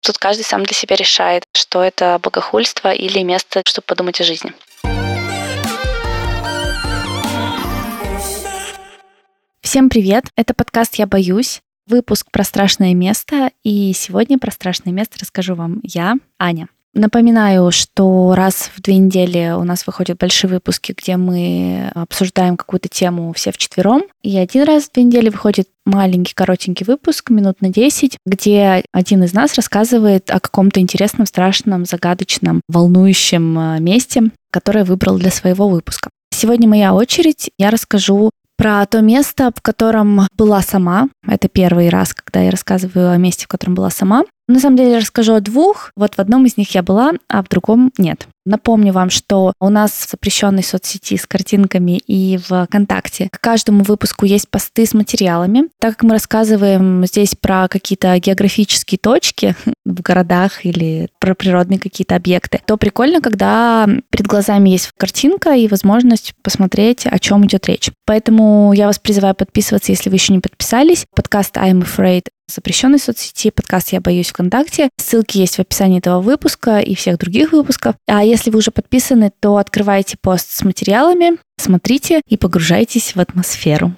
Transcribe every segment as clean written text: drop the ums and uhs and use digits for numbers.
Тут каждый сам для себя решает, что это богохульство или место, чтобы подумать о жизни. Всем привет! Это подкаст «Я боюсь», выпуск про страшное место, и сегодня про страшное место расскажу вам я, Аня. Напоминаю, что раз в 2 недели у нас выходят большие выпуски, где мы обсуждаем какую-то тему все вчетвером, и 1 раз в 2 недели выходит маленький, коротенький выпуск, минут на 10, где один из нас рассказывает о каком-то интересном, страшном, загадочном, волнующем месте, которое выбрал для своего выпуска. Сегодня моя очередь, я расскажу про то место, в котором была сама. Это первый раз, когда я рассказываю о месте, в котором была сама. На самом деле расскажу о 2. Вот в одном из них я была, а в другом нет. Напомню вам, что у нас в запрещенной соцсети с картинками и в ВКонтакте к каждому выпуску есть посты с материалами. Так как мы рассказываем здесь про какие-то географические точки в городах или про природные какие-то объекты, то прикольно, когда перед глазами есть картинка и возможность посмотреть, о чем идет речь. Поэтому я вас призываю подписываться, если вы еще не подписались. Подкаст I'm Afraid в запрещенной соцсети, подкаст «Я боюсь» ВКонтакте. Ссылки есть в описании этого выпуска и всех других выпусков. А если вы уже подписаны, то открывайте пост с материалами, смотрите и погружайтесь в атмосферу.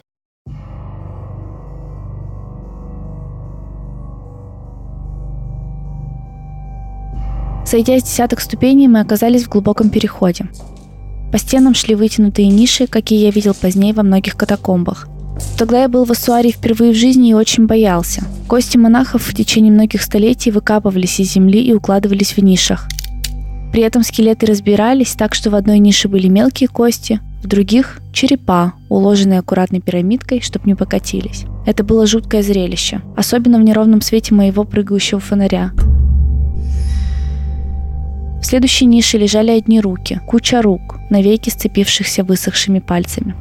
Сойдя с десяток ступеней, мы оказались в глубоком переходе. По стенам шли вытянутые ниши, какие я видел позднее во многих катакомбах. Тогда я был в Ассуарии впервые в жизни и очень боялся. Кости монахов в течение многих столетий выкапывались из земли и укладывались в нишах. При этом скелеты разбирались так, что в одной нише были мелкие кости, в других – черепа, уложенные аккуратной пирамидкой, чтобы не покатились. Это было жуткое зрелище, особенно в неровном свете моего прыгающего фонаря. В следующей нише лежали одни руки, куча рук, навеки сцепившихся высохшими пальцами.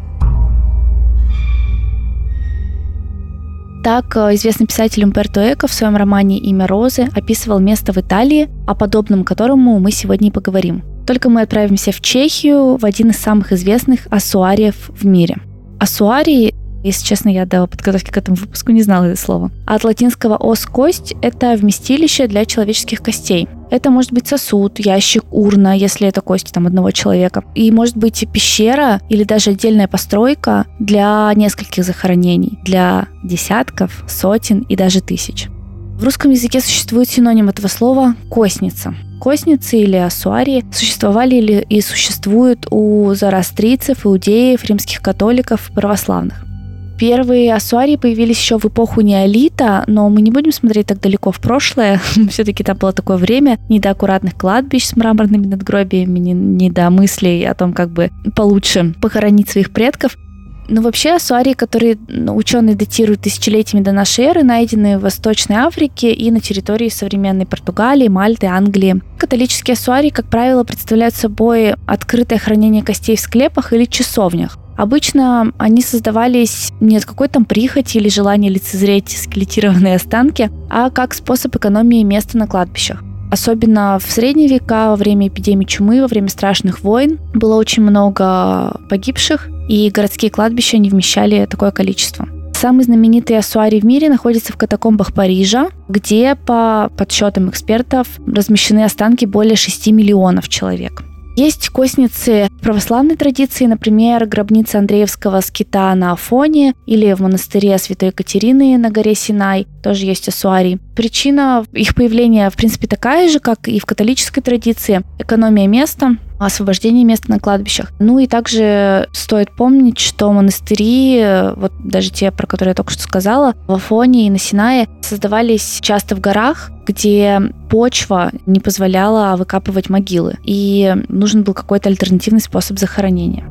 Так, известный писатель Умберто Эко в своем романе «Имя Розы» описывал место в Италии, о подобном которому мы сегодня и поговорим. Только мы отправимся в Чехию, в один из самых известных ассуариев в мире. Ассуарии, если честно, я до подготовки к этому выпуску не знала это слово. От латинского «ос» — кость — это вместилище для человеческих костей. Это может быть сосуд, ящик, урна, если это кости одного человека. И может быть пещера или даже отдельная постройка для нескольких захоронений, для десятков, сотен и даже тысяч. В русском языке существует синоним этого слова «костница». Костницы или ассуарии существовали и существуют у зороастрийцев, иудеев, римских католиков, православных. Первые ассуарии появились еще в эпоху неолита, но мы не будем смотреть так далеко в прошлое. Все-таки там было такое время не до аккуратных кладбищ с мраморными надгробиями, не до мыслей о том, как бы получше похоронить своих предков. Но вообще ассуарии, которые ученые датируют тысячелетиями до нашей эры, найдены в Восточной Африке и на территории современной Португалии, Мальты, Англии. Католические ассуарии, как правило, представляют собой открытое хранение костей в склепах или часовнях. Обычно они создавались не от какой-то прихоти или желания лицезреть скелетированные останки, а как способ экономии места на кладбищах. Особенно в средние века, во время эпидемии чумы, во время страшных войн было очень много погибших, и городские кладбища не вмещали такое количество. Самый знаменитый ассуарий в мире находится в катакомбах Парижа, где, по подсчетам экспертов, размещены останки более 6 миллионов человек. Есть костницы православной традиции, например, гробница Андреевского скита на Афоне или в монастыре Святой Екатерины на горе Синай, тоже есть ассуарий. Причина их появления, в принципе, такая же, как и в католической традиции – экономия места, освобождение места на кладбищах. Ну и также стоит помнить, что монастыри, вот даже те, про которые я только что сказала, в Афоне и на Синае создавались часто в горах, где почва не позволяла выкапывать могилы, и нужен был какой-то альтернативный способ захоронения.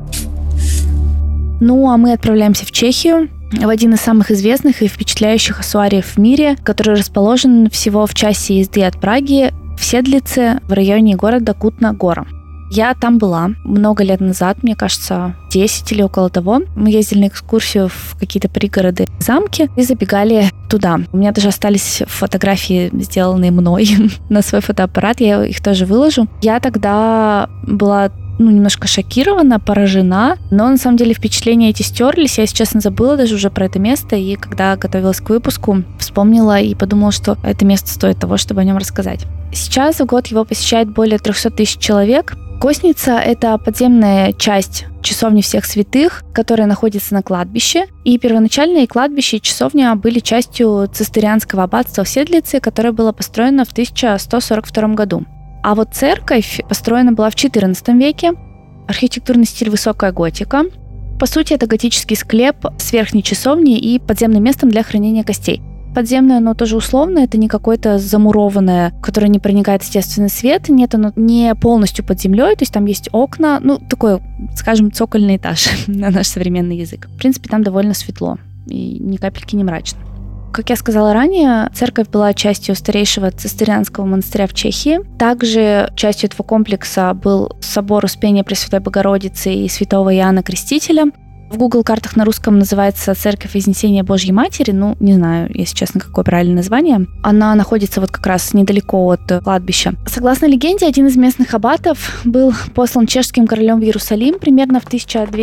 Ну, а мы отправляемся в Чехию, в один из самых известных и впечатляющих ассуариев в мире, который расположен всего в часе езды от Праги, в Седлице, в районе города Кутна-Гора. Я там была много лет назад, мне кажется, 10 или около того. Мы ездили на экскурсию в какие-то пригороды, замки и забегали туда. У меня даже остались фотографии, сделанные мной на свой фотоаппарат, я их тоже выложу. Я тогда была немножко шокирована, поражена, но на самом деле впечатления эти стерлись. Я, если честно, забыла даже уже про это место, и когда готовилась к выпуску, вспомнила и подумала, что это место стоит того, чтобы о нем рассказать. Сейчас в год его посещает более 300 тысяч человек. Косница — это подземная часть часовни всех святых, которая находится на кладбище. И первоначально и кладбище, и часовня были частью цистерианского аббатства в Седлице, которое было построено в 1142 году. А вот церковь построена была в XIV веке. Архитектурный стиль высокая готика. По сути, это готический склеп с верхней часовней и подземным местом для хранения костей. Подземное, оно тоже условное, это не какое-то замурованное, в которое не проникает естественный свет. Нет, оно не полностью под землей, то есть там есть окна, такой, скажем, цокольный этаж на наш современный язык. В принципе, там довольно светло и ни капельки не мрачно. Как я сказала ранее, церковь была частью старейшего цистерианского монастыря в Чехии. Также частью этого комплекса был собор Успения Пресвятой Богородицы и святого Иоанна Крестителя. В Google картах на русском называется «Церковь Вознесения Божьей Матери». Не знаю, если честно, какое правильное название. Она находится вот как раз недалеко от кладбища. Согласно легенде, один из местных аббатов был послан чешским королем в Иерусалим примерно в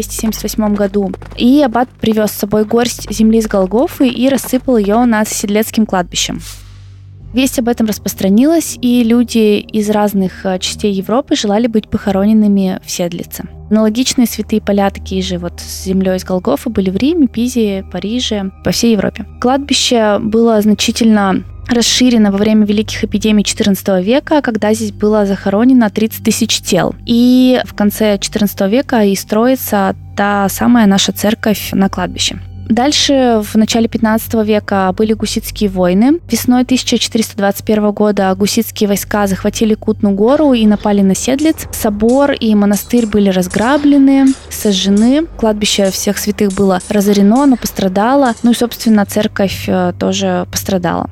1278 году. И аббат привез с собой горсть земли с Голгофы и рассыпал ее над Седлецким кладбищем. Весть об этом распространилась, и люди из разных частей Европы желали быть похороненными в Седлице. Аналогичные святые поля, такие же с землей из Голгофы, были в Риме, Пизе, Париже, по всей Европе. Кладбище было значительно расширено во время великих эпидемий XIV века, когда здесь было захоронено 30 тысяч тел. И в конце XIV века и строится та самая наша церковь на кладбище. Дальше, в начале 15 века, были гуситские войны. Весной 1421 года гуситские войска захватили Кутну гору и напали на Седлиц. Собор и монастырь были разграблены, сожжены. Кладбище всех святых было разорено, оно пострадало. И, собственно, церковь тоже пострадала.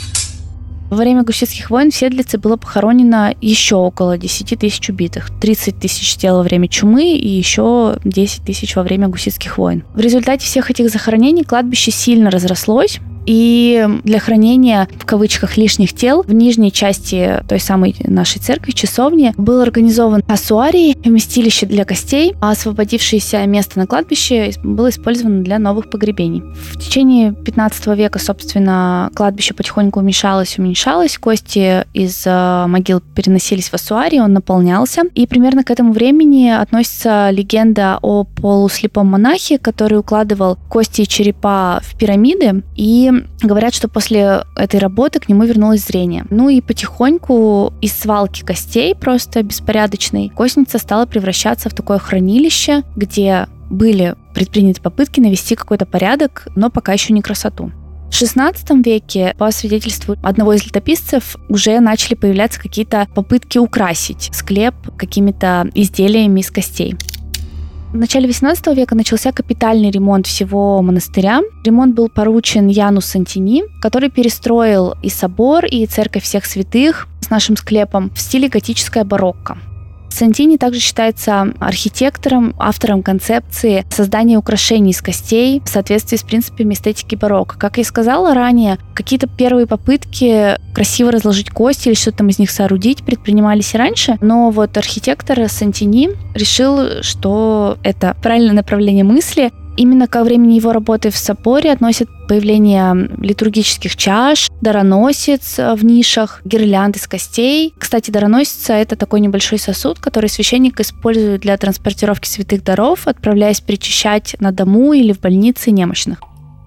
Во время гуситских войн в Седлице было похоронено еще около 10 тысяч убитых. 30 тысяч тел во время чумы и еще 10 тысяч во время гуситских войн. В результате всех этих захоронений кладбище сильно разрослось. И для хранения, в кавычках, лишних тел в нижней части той самой нашей церкви, часовни, был организован ассуарий, вместилище для костей, а освободившееся место на кладбище было использовано для новых погребений. В течение 15 века, собственно, кладбище потихоньку уменьшалось, кости из могил переносились в ассуарий, он наполнялся. И примерно к этому времени относится легенда о полуслепом монахе, который укладывал кости и черепа в пирамиды, и говорят, что после этой работы к нему вернулось зрение. И потихоньку из свалки костей, просто беспорядочной, костница стала превращаться в такое хранилище, где были предприняты попытки навести какой-то порядок, но пока еще не красоту. В XVI веке, по свидетельству одного из летописцев, уже начали появляться какие-то попытки украсить склеп какими-то изделиями из костей. В начале XVIII века начался капитальный ремонт всего монастыря. Ремонт был поручен Яну Сантини, который перестроил и собор, и церковь всех святых с нашим склепом в стиле готическое барокко. Сантини также считается архитектором, автором концепции создания украшений из костей в соответствии с принципами эстетики барокко. Как я сказала ранее, какие-то первые попытки красиво разложить кости или что-то там из них соорудить предпринимались и раньше, но архитектор Сантини решил, что это правильное направление мысли. Именно ко времени его работы в соборе относят появление литургических чаш, дароносец в нишах, гирлянд из костей. Кстати, дароносец — это такой небольшой сосуд, который священник использует для транспортировки святых даров, отправляясь причащать на дому или в больнице немощных.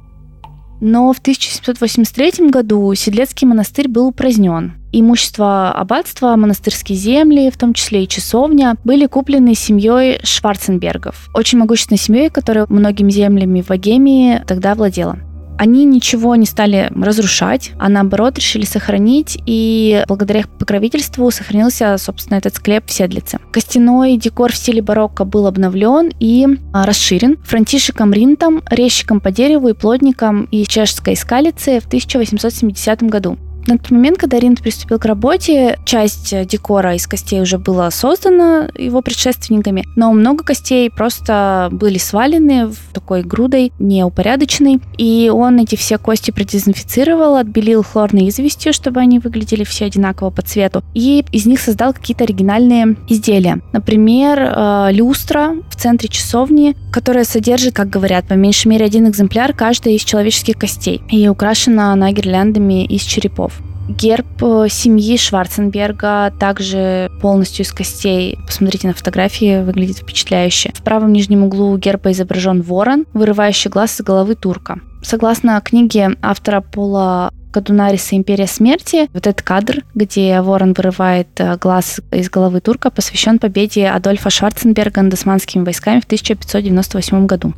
Но в 1783 году Седлецкий монастырь был упразднен. Имущество аббатства, монастырские земли, в том числе и часовня, были куплены семьей Шварценбергов, очень могущественной семьей, которая многими землями в Богемии тогда владела. Они ничего не стали разрушать, а наоборот решили сохранить, и благодаря их покровительству сохранился, собственно, этот склеп в Седлице. Костяной декор в стиле барокко был обновлен и расширен Франтишеком Ринтом, резчиком по дереву и плотником из чешской Скалицы в 1870 году. На тот момент, когда Ринд приступил к работе, часть декора из костей уже была создана его предшественниками, но много костей просто были свалены в такой грудой, неупорядоченной, и он эти все кости продезинфицировал, отбелил хлорной известью, чтобы они выглядели все одинаково по цвету, и из них создал какие-то оригинальные изделия. Например, люстра в центре часовни, которая содержит, как говорят, по меньшей мере один экземпляр каждой из человеческих костей, и украшена она гирляндами из черепов. Герб семьи Шварценберга также полностью из костей. Посмотрите на фотографии, выглядит впечатляюще. В правом нижнем углу герба изображен ворон, вырывающий глаз из головы турка. Согласно книге автора Пола Кадунариса «Империя смерти», вот этот кадр, где ворон вырывает глаз из головы турка, посвящен победе Адольфа Шварценберга над османскими войсками в 1598 году.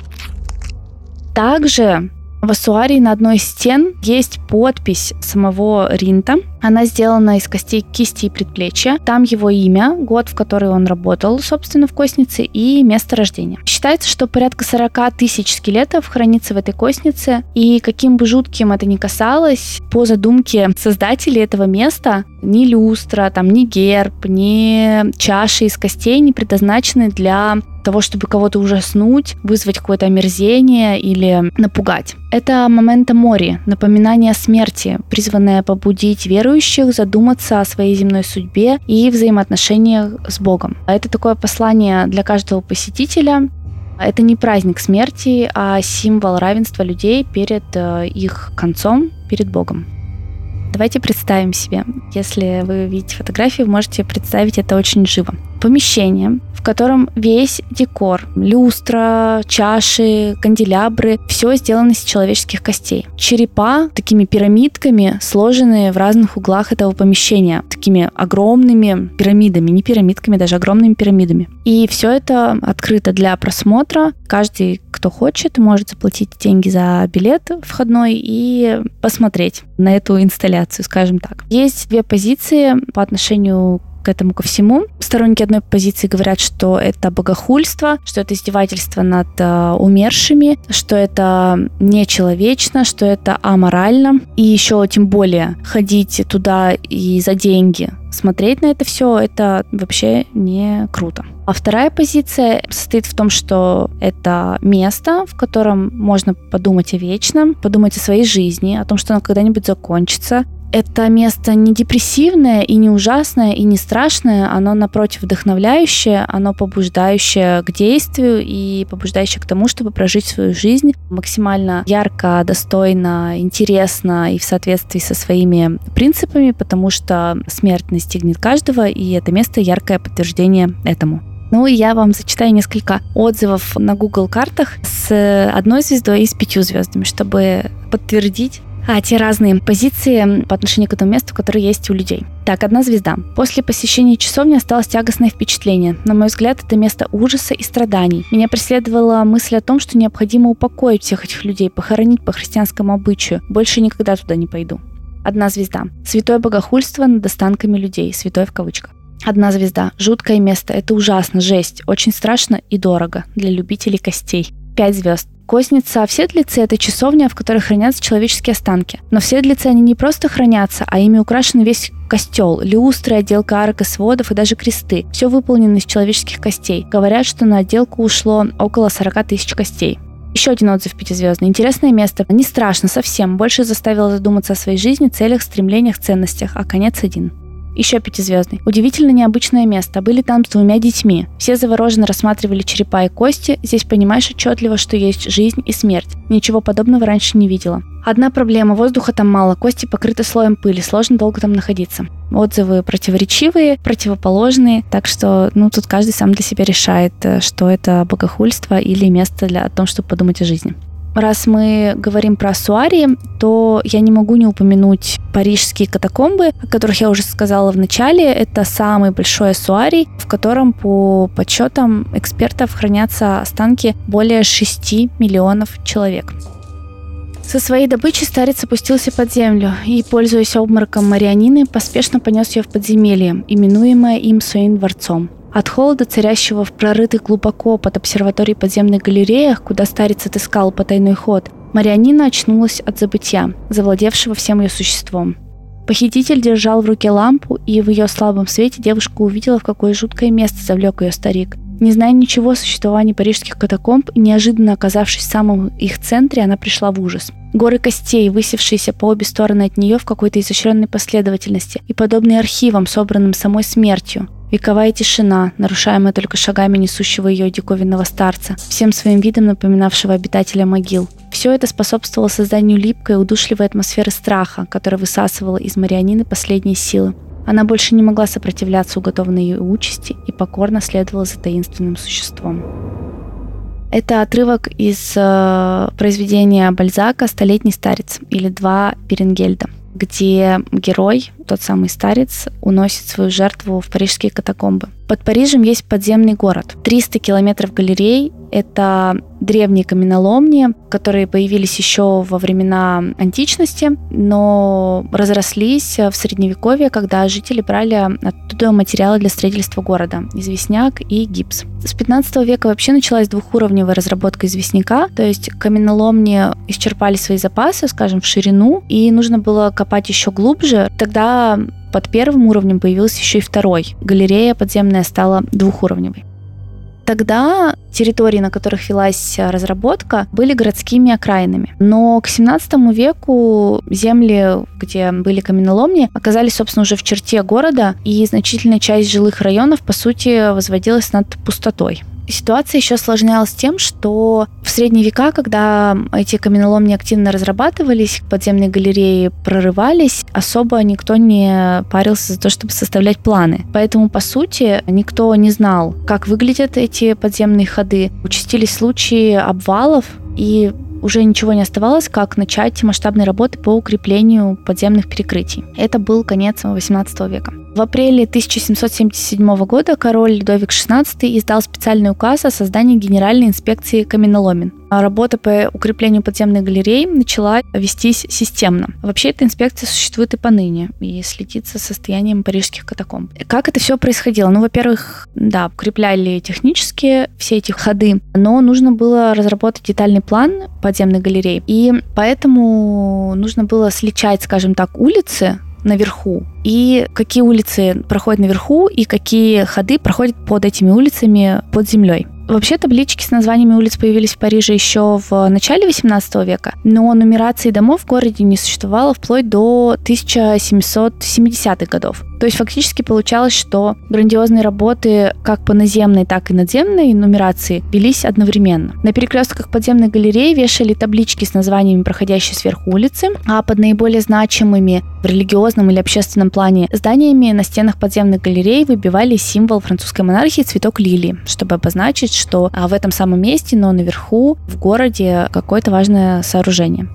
Также в ассуарии на одной из стен есть подпись самого Ринта. Она сделана из костей кисти и предплечья. Там его имя, год, в который он работал, собственно, в костнице, и место рождения. Считается, что порядка 40 тысяч скелетов хранится в этой костнице, и каким бы жутким это ни касалось, по задумке создателей этого места, ни люстра, ни герб, ни чаши из костей не предназначены для того, чтобы кого-то ужаснуть, вызвать какое-то омерзение или напугать. Это моменто мори, напоминание о смерти, призванное побудить верующих задуматься о своей земной судьбе и взаимоотношениях с Богом. Это такое послание для каждого посетителя. Это не праздник смерти, а символ равенства людей перед их концом, перед Богом. Давайте представим себе. Если вы видите фотографии, вы можете представить это очень живо. Помещение, в котором весь декор, люстра, чаши, канделябры, все сделано из человеческих костей. Черепа такими пирамидками сложены в разных углах этого помещения, такими огромными пирамидами, не пирамидками, даже огромными пирамидами. И все это открыто для просмотра. Каждый, кто хочет, может заплатить деньги за билет входной и посмотреть на эту инсталляцию, скажем так. Есть две позиции по отношению к этому ко всему. Сторонники одной позиции говорят, что это богохульство, что это издевательство над умершими, что это нечеловечно, что это аморально. И еще тем более ходить туда и за деньги смотреть на это все, это вообще не круто. А вторая позиция состоит в том, что это место, в котором можно подумать о вечном, подумать о своей жизни, о том, что оно когда-нибудь закончится. Это место не депрессивное и не ужасное и не страшное, оно, напротив, вдохновляющее, оно побуждающее к действию и побуждающее к тому, чтобы прожить свою жизнь максимально ярко, достойно, интересно и в соответствии со своими принципами, потому что смерть настигнет каждого, и это место — яркое подтверждение этому. Ну и я вам зачитаю несколько отзывов на Google картах с 1 звездой и с 5 звездами, чтобы подтвердить те разные позиции по отношению к этому месту, которые есть у людей. Так, 1 звезда. После посещения часовни осталось тягостное впечатление. На мой взгляд, это место ужаса и страданий. Меня преследовала мысль о том, что необходимо упокоить всех этих людей, похоронить по христианскому обычаю. Больше никогда туда не пойду. 1 звезда. Святое богохульство над останками людей. Святое в кавычках. 1 звезда. Жуткое место. Это ужасно, жесть. Очень страшно и дорого для любителей костей. 5 звезд. Костница в Седлице — это часовня, в которой хранятся человеческие останки. Но в Седлице они не просто хранятся, а ими украшен весь костел. Люстры, отделка арок и сводов и даже кресты. Все выполнено из человеческих костей. Говорят, что на отделку ушло около 40 тысяч костей. Еще 1 отзыв 5-звездный. Интересное место. Не страшно совсем. Больше заставило задуматься о своей жизни, целях, стремлениях, ценностях. А конец 1. Еще 5-звездный. Удивительно необычное место. Были там с 2 детьми. Все завороженно рассматривали черепа и кости. Здесь понимаешь отчетливо, что есть жизнь и смерть. Ничего подобного раньше не видела. Одна проблема. Воздуха там мало. Кости покрыты слоем пыли. Сложно долго там находиться. Отзывы противоречивые, противоположные. Так что, тут каждый сам для себя решает, что это богохульство или место о том, чтобы подумать о жизни. Раз мы говорим про ассуарии, то я не могу не упомянуть парижские катакомбы, о которых я уже сказала в начале. Это самый большой ассуарий, в котором, по подсчетам экспертов, хранятся останки более 6 миллионов человек. Со своей добычей старец опустился под землю и, пользуясь обмороком Марианины, поспешно понес ее в подземелье, именуемое им своим дворцом. От холода, царящего в прорытых глубоко под обсерваторией подземных галереях, куда старец отыскал потайной ход, Марианина очнулась от забытья, завладевшего всем ее существом. Похититель держал в руке лампу, и в ее слабом свете девушка увидела, в какое жуткое место завлек ее старик. Не зная ничего о существовании парижских катакомб и неожиданно оказавшись в самом их центре, она пришла в ужас. Горы костей, высевшиеся по обе стороны от нее в какой-то изощренной последовательности и подобные архивам, собранным самой смертью. Вековая тишина, нарушаемая только шагами несущего ее диковинного старца, всем своим видом напоминавшего обитателя могил. Все это способствовало созданию липкой, удушливой атмосферы страха, которая высасывала из Марианины последние силы. Она больше не могла сопротивляться уготованной ей участи и покорно следовала за таинственным существом. Это отрывок из произведения Бальзака «Столетний старец» или «Два Беренгельда», где герой, тот самый старец, уносит свою жертву в парижские катакомбы. Под Парижем есть подземный город. 300 километров галерей — это древние каменоломни, которые появились еще во времена античности, но разрослись в Средневековье, когда жители брали оттуда материалы для строительства города — известняк и гипс. С 15 века вообще началась двухуровневая разработка известняка, то есть каменоломни исчерпали свои запасы, скажем, в ширину, и нужно было копать еще глубже. Тогда под первым уровнем появился еще и второй. Галерея подземная стала двухуровневой. Тогда территории, на которых велась разработка, были городскими окраинами. Но к 17 веку земли, где были каменоломни, оказались, собственно, уже в черте города, и значительная часть жилых районов, по сути, возводилась над пустотой. Ситуация еще осложнялась тем, что в средние века, когда эти каменоломни активно разрабатывались, подземные галереи прорывались, особо никто не парился за то, чтобы составлять планы. Поэтому, по сути, никто не знал, как выглядят эти подземные ходы. Участились случаи обвалов, и уже ничего не оставалось, как начать масштабные работы по укреплению подземных перекрытий. Это был конец XVIII века. В апреле 1777 года король Людовик XVI издал специальный указ о создании Генеральной инспекции каменоломен. Работа по укреплению подземных галерей начала вестись системно. Вообще эта инспекция существует и поныне, и следит за состоянием парижских катакомб. Как это все происходило? Во-первых, да, укрепляли технически все эти ходы, но нужно было разработать детальный план подземных галерей, и поэтому нужно было сличать, скажем так, улицы наверху, и какие улицы проходят наверху, и какие ходы проходят под этими улицами под землей. Вообще таблички с названиями улиц появились в Париже еще в начале XVIII века, но нумерации домов в городе не существовало вплоть до 1770-х годов. То есть фактически получалось, что грандиозные работы как по наземной, так и надземной нумерации велись одновременно. На перекрестках подземных галерей вешали таблички с названиями проходящей сверху улицы, а под наиболее значимыми в религиозном или общественном плане зданиями на стенах подземных галерей выбивали символ французской монархии — цветок лилии, чтобы обозначить, что в этом самом месте, но наверху, в городе, какое-то важное сооружение.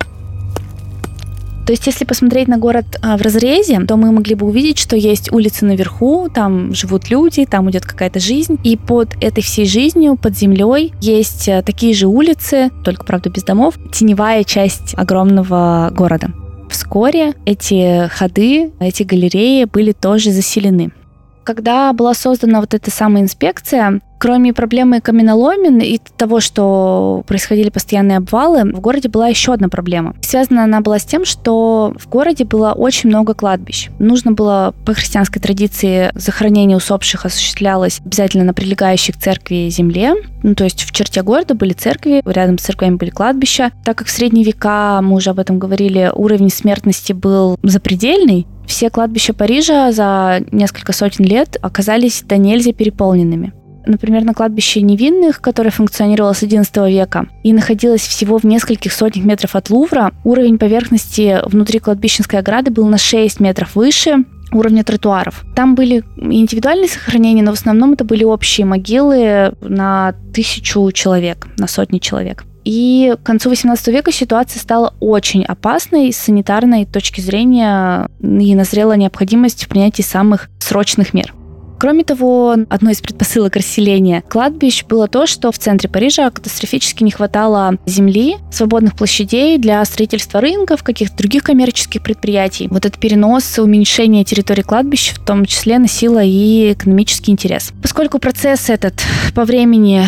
То есть, если посмотреть на город в разрезе, то мы могли бы увидеть, что есть улицы наверху, там живут люди, там идет какая-то жизнь, и под этой всей жизнью, под землей, есть такие же улицы, только, правда, без домов, теневая часть огромного города. Вскоре эти ходы, эти галереи были тоже заселены. Когда была создана вот эта самая инспекция, кроме проблемы каменоломен и того, что происходили постоянные обвалы, в городе была еще одна проблема. Связана она была с тем, что в городе было очень много кладбищ. Нужно было, по христианской традиции, захоронение усопших осуществлялось обязательно на прилегающей к церкви земле. То есть в черте города были церкви, рядом с церквями были кладбища. Так как в средние века, мы уже об этом говорили, уровень смертности был запредельный, все кладбища Парижа за несколько сотен лет оказались до нельзя переполненными. Например, на кладбище Невинных, которое функционировало с XI века и находилось всего в нескольких сотнях метров от Лувра, уровень поверхности внутри кладбищенской ограды был на 6 метров выше уровня тротуаров. Там были индивидуальные захоронения, но в основном это были общие могилы на 1000 человек, на сотни человек. И к концу XVIII века ситуация стала очень опасной с санитарной точки зрения, и назрела необходимость в принятии самых срочных мер. Кроме того, одной из предпосылок расселения кладбищ было то, что в центре Парижа катастрофически не хватало земли, свободных площадей для строительства рынков, каких-то других коммерческих предприятий. Вот этот перенос, уменьшение территории кладбищ в том числе носило и экономический интерес. Поскольку процесс этот по времени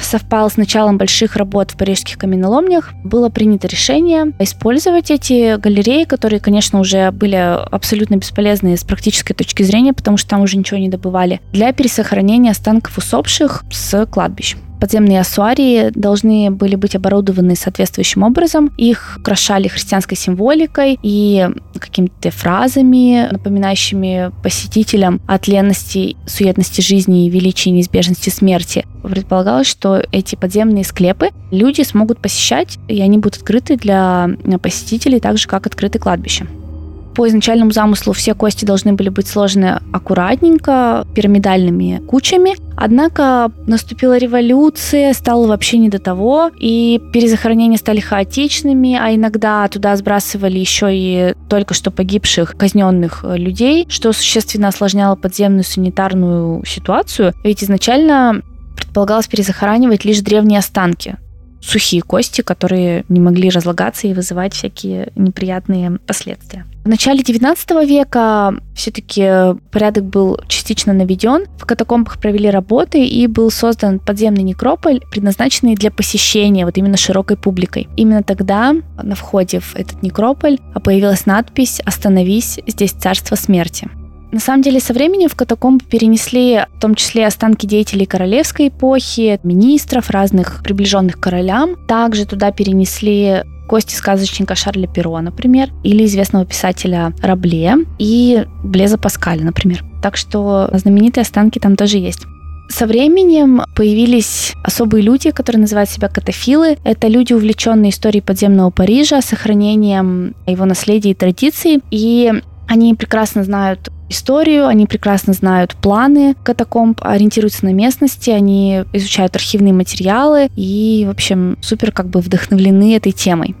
совпал с началом больших работ в парижских каменоломнях, было принято решение использовать эти галереи, которые, конечно, уже были абсолютно бесполезны с практической точки зрения, потому что там уже ничего не добывали, для пересохранения останков усопших с кладбищ. Подземные ассуарии должны были быть оборудованы соответствующим образом. Их украшали христианской символикой и какими-то фразами, напоминающими посетителям о тленности, суетности жизни и величии неизбежности смерти. Предполагалось, что эти подземные склепы люди смогут посещать, и они будут открыты для посетителей так же, как открыты кладбища. По изначальному замыслу все кости должны были быть сложены аккуратненько, пирамидальными кучами. Однако наступила революция, стало вообще не до того, и перезахоронения стали хаотичными, а иногда туда сбрасывали еще и только что погибших, казненных людей, что существенно осложняло подземную санитарную ситуацию, ведь изначально предполагалось перезахоранивать лишь древние останки, сухие кости, которые не могли разлагаться и вызывать всякие неприятные последствия. В начале XIX века все-таки порядок был частично наведен. В катакомбах провели работы и был создан подземный некрополь, предназначенный для посещения вот именно широкой публикой. Именно тогда на входе в этот некрополь появилась надпись «Остановись, здесь царство смерти». На самом деле, со временем в катакомбы перенесли в том числе останки деятелей королевской эпохи, министров, разных приближенных к королям. Также туда перенесли кости сказочника Шарля Перро, например, или известного писателя Рабле и Блеза Паскаля, например. Так что знаменитые останки там тоже есть. Со временем появились особые люди, которые называют себя катафилы. Это люди, увлеченные историей подземного Парижа, сохранением его наследия и традиций. И они прекрасно знают историю, они прекрасно знают планы катакомб, ориентируются на местности, они изучают архивные материалы и, в общем, супер вдохновлены этой темой.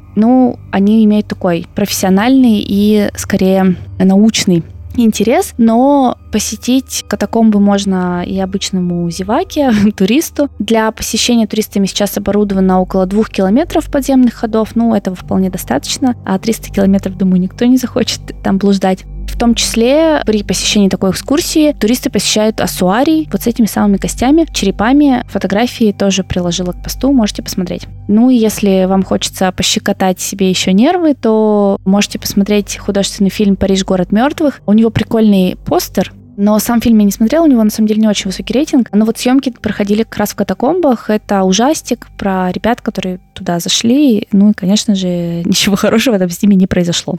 Они имеют такой профессиональный и, скорее, научный интерес, но посетить катакомбы можно и обычному зеваке, туристу. Для посещения туристами сейчас оборудовано около 2 километров подземных ходов, этого вполне достаточно, а 300 километров, думаю, никто не захочет там блуждать. В том числе при посещении такой экскурсии туристы посещают ассуарий вот с этими самыми костями, черепами. Фотографии тоже приложила к посту, можете посмотреть. И если вам хочется пощекотать себе еще нервы, то можете посмотреть художественный фильм «Париж. Город мертвых». У него прикольный постер, но сам фильм я не смотрела, у него на самом деле не очень высокий рейтинг. Но съемки проходили как раз в катакомбах. Это ужастик про ребят, которые туда зашли. И, конечно же, ничего хорошего там с ними не произошло.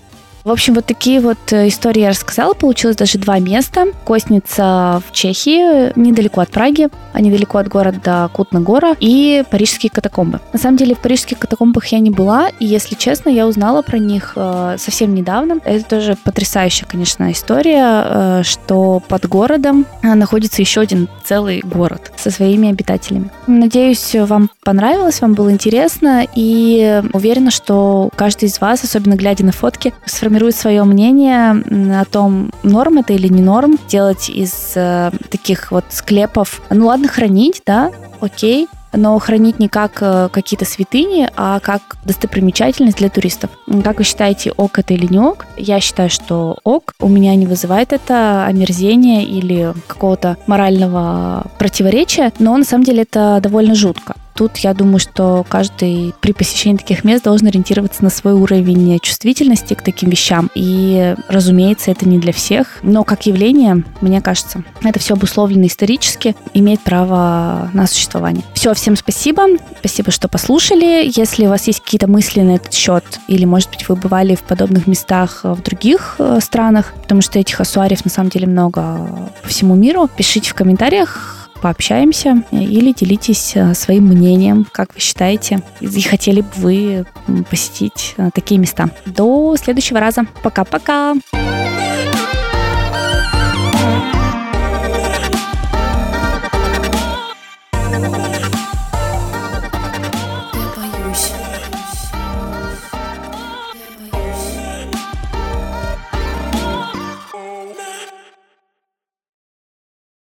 В общем, вот такие вот истории я рассказала. Получилось даже 2 места. Костница в Чехии, недалеко от Праги, а недалеко от города Кутна-Гора, и парижские катакомбы. На самом деле в парижских катакомбах я не была, и, если честно, я узнала про них совсем недавно. Это тоже потрясающая, конечно, история, что под городом находится еще один целый город со своими обитателями. Надеюсь, вам понравилось, вам было интересно, и уверена, что каждый из вас, особенно глядя на фотки, сформирует свое мнение о том, норм это или не норм, делать из таких вот склепов. Ладно, хранить, да, окей, но хранить не как какие-то святыни, а как достопримечательность для туристов. Как вы считаете, ок это или не ок? Я считаю, что ок. У меня не вызывает это омерзения или какого-то морального противоречия, но на самом деле это довольно жутко. Тут я думаю, что каждый при посещении таких мест должен ориентироваться на свой уровень чувствительности к таким вещам. И, разумеется, это не для всех, но как явление, мне кажется, это все обусловлено исторически, имеет право на существование. Все, всем спасибо. Спасибо, что послушали. Если у вас есть какие-то мысли на этот счет, или, может быть, вы бывали в подобных местах в других странах, потому что этих ассуариев на самом деле много по всему миру, пишите в комментариях, пообщаемся или делитесь своим мнением, как вы считаете, и хотели бы вы посетить такие места. До следующего раза. Пока-пока!